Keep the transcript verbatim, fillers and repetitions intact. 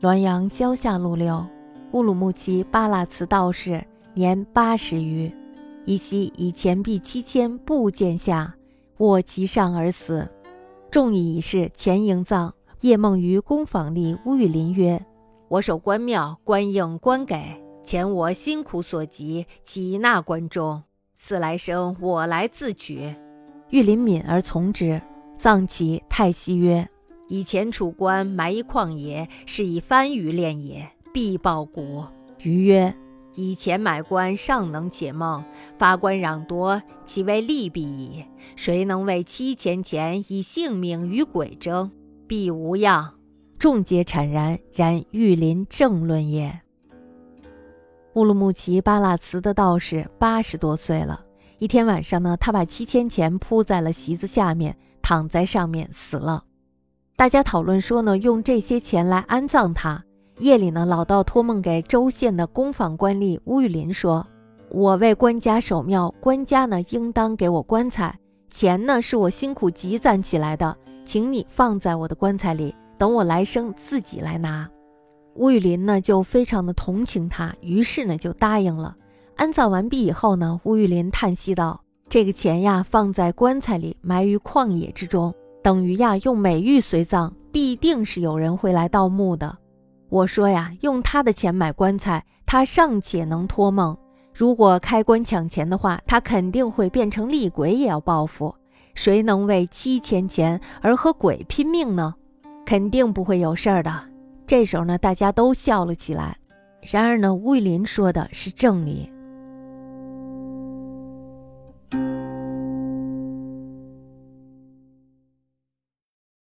滦阳萧下路六，乌鲁木齐巴剌茨道士，年八十余，依稀以钱币七千部见下，卧其上而死。众议已事，前迎葬。夜梦于公坊吏乌玉林曰：我守关庙，官应官给，前我辛苦所及，岂纳关中？似来生，我来自取。玉林敏而从之。葬其，太息曰：以前楚关埋一旷野，是以番禺炼也，必报古。余曰：以前买官尚能且梦，发官攘夺，其为利弊矣。谁能为七钱钱以性命与鬼争？必无恙。众皆阐然，然玉林正论也。乌鲁木齐巴剌茨的道士八十多岁了。一天晚上呢，他把七千钱铺在了席子下面，躺在上面死了。大家讨论说呢，用这些钱来安葬他。夜里呢，老道托梦给州县的公坊官吏乌玉林说：我为官家守庙，官家呢应当给我棺材，钱呢是我辛苦积攒起来的，请你放在我的棺材里，等我来生自己来拿。乌玉林呢就非常的同情他，于是呢就答应了。安葬完毕以后呢，乌玉林叹息道：这个钱呀放在棺材里，埋于旷野之中，等于呀用美玉随葬，必定是有人会来盗墓的。我说呀，用他的钱买棺材，他尚且能托梦，如果开棺抢钱的话，他肯定会变成厉鬼也要报复。谁能为七千钱而和鬼拼命呢？肯定不会有事儿的。这时候呢，大家都笑了起来。然而呢，乌玉林说的是正理。